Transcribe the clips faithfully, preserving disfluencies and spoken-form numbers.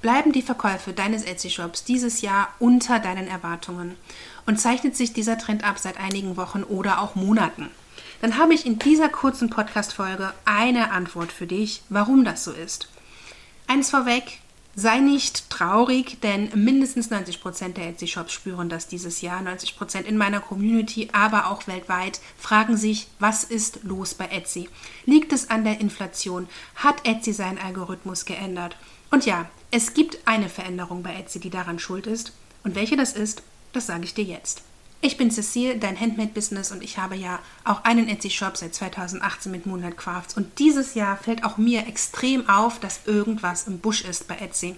bleiben die Verkäufe deines Etsy-Shops dieses Jahr unter deinen Erwartungen und zeichnet sich dieser Trend ab seit einigen Wochen oder auch Monaten, dann habe ich in dieser kurzen Podcast-Folge eine Antwort für dich, warum das so ist. Eins vorweg, sei nicht traurig, denn mindestens neunzig Prozent der Etsy-Shops spüren das dieses Jahr. neunzig Prozent in meiner Community, aber auch weltweit fragen sich, was ist los bei Etsy? Liegt es an der Inflation? Hat Etsy seinen Algorithmus geändert? Und ja, es gibt eine Veränderung bei Etsy, die daran schuld ist. Und welche das ist, das sage ich dir jetzt. Ich bin Cecile, dein Handmade-Business, und ich habe ja auch einen Etsy-Shop seit zweitausendachtzehn mit Moonlight Crafts. Und dieses Jahr fällt auch mir extrem auf, dass irgendwas im Busch ist bei Etsy.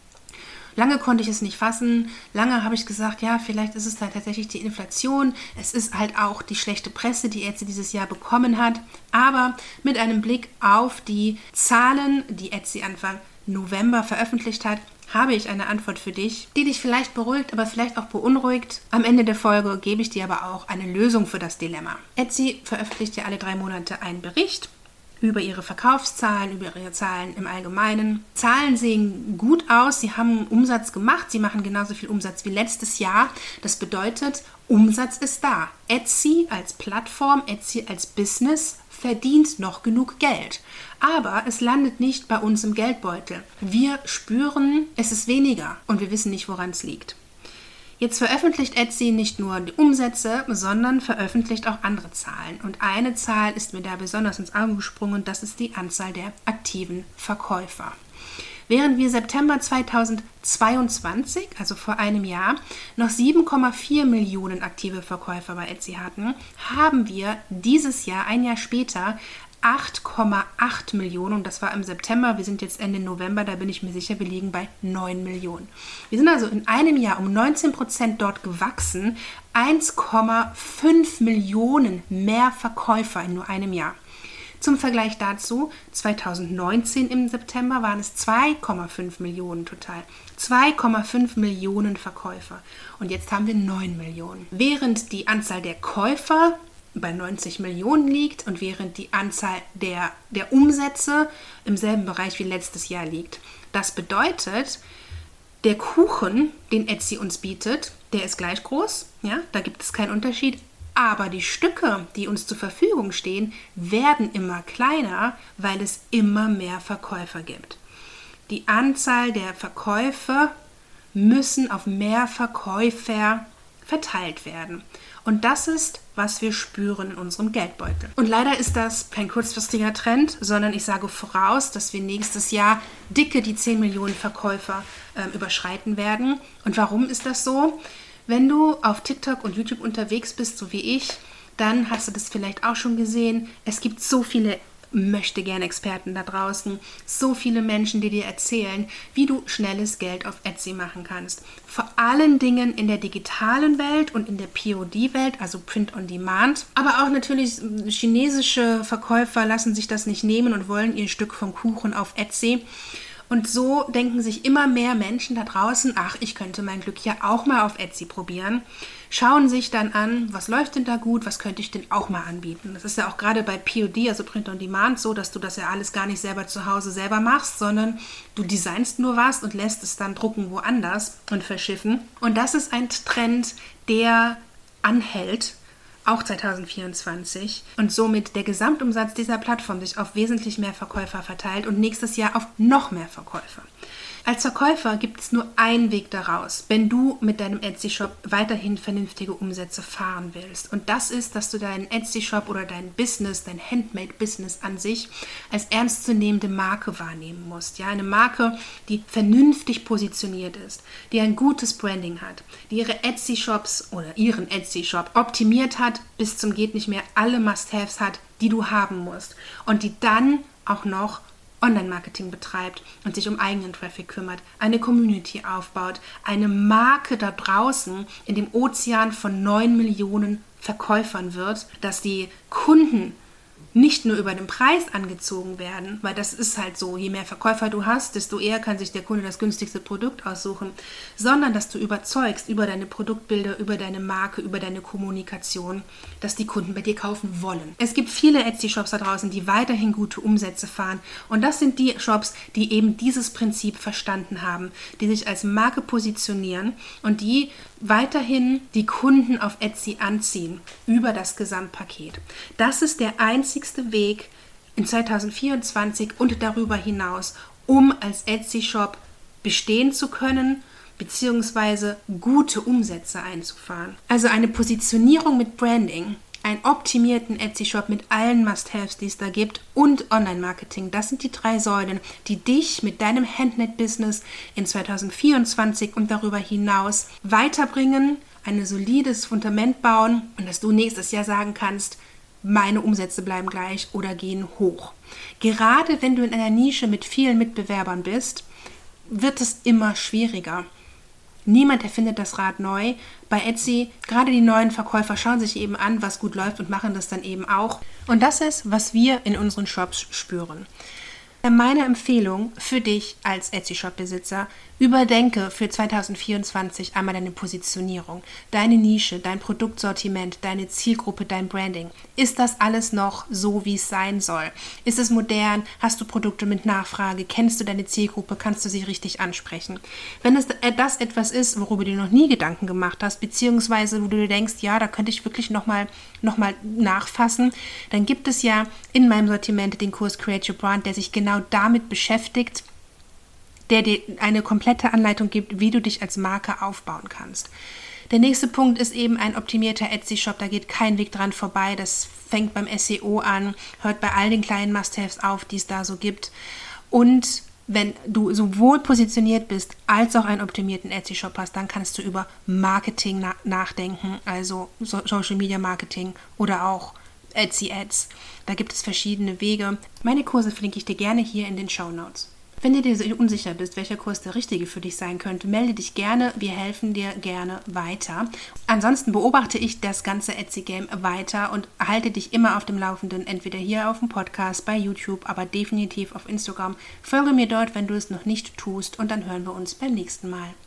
Lange konnte ich es nicht fassen. Lange habe ich gesagt, ja, vielleicht ist es halt tatsächlich die Inflation. Es ist halt auch die schlechte Presse, die Etsy dieses Jahr bekommen hat. Aber mit einem Blick auf die Zahlen, die Etsy Anfang November veröffentlicht hat, habe ich eine Antwort für dich, die dich vielleicht beruhigt, aber vielleicht auch beunruhigt. Am Ende der Folge gebe ich dir aber auch eine Lösung für das Dilemma. Etsy veröffentlicht ja alle drei Monate einen Bericht über ihre Verkaufszahlen, über ihre Zahlen im Allgemeinen. Zahlen sehen gut aus, sie haben Umsatz gemacht, sie machen genauso viel Umsatz wie letztes Jahr. Das bedeutet, Umsatz ist da. Etsy als Plattform, Etsy als Business verdient noch genug Geld. Aber es landet nicht bei uns im Geldbeutel. Wir spüren, es ist weniger und wir wissen nicht, woran es liegt. Jetzt veröffentlicht Etsy nicht nur die Umsätze, sondern veröffentlicht auch andere Zahlen. Und eine Zahl ist mir da besonders ins Auge gesprungen, das ist die Anzahl der aktiven Verkäufer. Während wir September zweitausendzweiundzwanzig, also vor einem Jahr, noch sieben Komma vier Millionen aktive Verkäufer bei Etsy hatten, haben wir dieses Jahr, ein Jahr später, acht Komma acht Millionen, und das war im September, wir sind jetzt Ende November, da bin ich mir sicher, wir liegen bei neun Millionen. Wir sind also in einem Jahr um neunzehn Prozent dort gewachsen, eins Komma fünf Millionen mehr Verkäufer in nur einem Jahr. Zum Vergleich dazu, zweitausendneunzehn im September waren es zwei Komma fünf Millionen total. zwei Komma fünf Millionen Verkäufer. Und jetzt haben wir neun Millionen. Während die Anzahl der Käufer bei neunzig Millionen liegt und während die Anzahl der, der Umsätze im selben Bereich wie letztes Jahr liegt. Das bedeutet, der Kuchen, den Etsy uns bietet, der ist gleich groß, ja, da gibt es keinen Unterschied. Aber die Stücke, die uns zur Verfügung stehen, werden immer kleiner, weil es immer mehr Verkäufer gibt. Die Anzahl der Verkäufe müssen auf mehr Verkäufer verteilt werden. Und das ist, was wir spüren in unserem Geldbeutel. Und leider ist das kein kurzfristiger Trend, sondern ich sage voraus, dass wir nächstes Jahr dicke die zehn Millionen Verkäufer äh, überschreiten werden. Und warum ist das so? Wenn du auf TikTok und YouTube unterwegs bist, so wie ich, dann hast du das vielleicht auch schon gesehen. Es gibt so viele Möchtegern-Experten da draußen, so viele Menschen, die dir erzählen, wie du schnelles Geld auf Etsy machen kannst. Vor allen Dingen in der digitalen Welt und in der P O D-Welt, also Print on Demand. Aber auch natürlich chinesische Verkäufer lassen sich das nicht nehmen und wollen ihr Stück vom Kuchen auf Etsy. Und so denken sich immer mehr Menschen da draußen, ach, ich könnte mein Glück ja auch mal auf Etsy probieren, schauen sich dann an, was läuft denn da gut, was könnte ich denn auch mal anbieten. Das ist ja auch gerade bei P O D, also Print on Demand, so, dass du das ja alles gar nicht selber zu Hause selber machst, sondern du designst nur was und lässt es dann drucken woanders und verschiffen. Und das ist ein Trend, der anhält, auch zweitausendvierundzwanzig, und somit der Gesamtumsatz dieser Plattform sich auf wesentlich mehr Verkäufer verteilt und nächstes Jahr auf noch mehr Verkäufer. Als Verkäufer gibt es nur einen Weg daraus, wenn du mit deinem Etsy-Shop weiterhin vernünftige Umsätze fahren willst. Und das ist, dass du deinen Etsy-Shop oder dein Business, dein Handmade-Business an sich als ernstzunehmende Marke wahrnehmen musst. Ja, eine Marke, die vernünftig positioniert ist, die ein gutes Branding hat, die ihre Etsy-Shops oder ihren Etsy-Shop optimiert hat, bis zum geht nicht mehr alle Must-Haves hat, die du haben musst. Und die dann auch noch Online-Marketing betreibt und sich um eigenen Traffic kümmert, eine Community aufbaut, eine Marke da draußen in dem Ozean von neun Millionen Verkäufern wird, dass die Kunden nicht nur über den Preis angezogen werden, weil das ist halt so, je mehr Verkäufer du hast, desto eher kann sich der Kunde das günstigste Produkt aussuchen, sondern dass du überzeugst über deine Produktbilder, über deine Marke, über deine Kommunikation, dass die Kunden bei dir kaufen wollen. Es gibt viele Etsy-Shops da draußen, die weiterhin gute Umsätze fahren und das sind die Shops, die eben dieses Prinzip verstanden haben, die sich als Marke positionieren und die weiterhin die Kunden auf Etsy anziehen über das Gesamtpaket. Das ist der einzigste Weg in zwanzig vierundzwanzig und darüber hinaus, um als Etsy-Shop bestehen zu können, beziehungsweise gute Umsätze einzufahren. Also eine Positionierung mit Branding, einen optimierten Etsy-Shop mit allen Must-Haves, die es da gibt und Online-Marketing. Das sind die drei Säulen, die dich mit deinem Handmade-Business in zwanzig vierundzwanzig und darüber hinaus weiterbringen, ein solides Fundament bauen und dass du nächstes Jahr sagen kannst, meine Umsätze bleiben gleich oder gehen hoch. Gerade wenn du in einer Nische mit vielen Mitbewerbern bist, wird es immer schwieriger. Niemand erfindet das Rad neu. Bei Etsy, gerade die neuen Verkäufer schauen sich eben an, was gut läuft und machen das dann eben auch. Und das ist, was wir in unseren Shops spüren. Meine Empfehlung für dich als Etsy-Shop-Besitzer, überdenke für zwanzig vierundzwanzig einmal deine Positionierung, deine Nische, dein Produktsortiment, deine Zielgruppe, dein Branding. Ist das alles noch so, wie es sein soll? Ist es modern? Hast du Produkte mit Nachfrage? Kennst du deine Zielgruppe? Kannst du sie richtig ansprechen? Wenn es das etwas ist, worüber du noch nie Gedanken gemacht hast, beziehungsweise wo du dir denkst, ja, da könnte ich wirklich nochmal noch mal nachfassen, dann gibt es ja in meinem Sortiment den Kurs Create Your Brand, der sich genau damit beschäftigt, der dir eine komplette Anleitung gibt, wie du dich als Marke aufbauen kannst. Der nächste Punkt ist eben ein optimierter Etsy-Shop, da geht kein Weg dran vorbei, das fängt beim S E O an, hört bei all den kleinen Must-Haves auf, die es da so gibt. Und wenn du sowohl positioniert bist, als auch einen optimierten Etsy-Shop hast, dann kannst du über Marketing na- nachdenken, also so- Social-Media-Marketing oder auch Etsy-Ads. Da gibt es verschiedene Wege. Meine Kurse verlinke ich dir gerne hier in den Shownotes. Wenn du dir unsicher bist, welcher Kurs der richtige für dich sein könnte, melde dich gerne, wir helfen dir gerne weiter. Ansonsten beobachte ich das ganze Etsy-Game weiter und halte dich immer auf dem Laufenden, entweder hier auf dem Podcast, bei YouTube, aber definitiv auf Instagram. Folge mir dort, wenn du es noch nicht tust und dann hören wir uns beim nächsten Mal.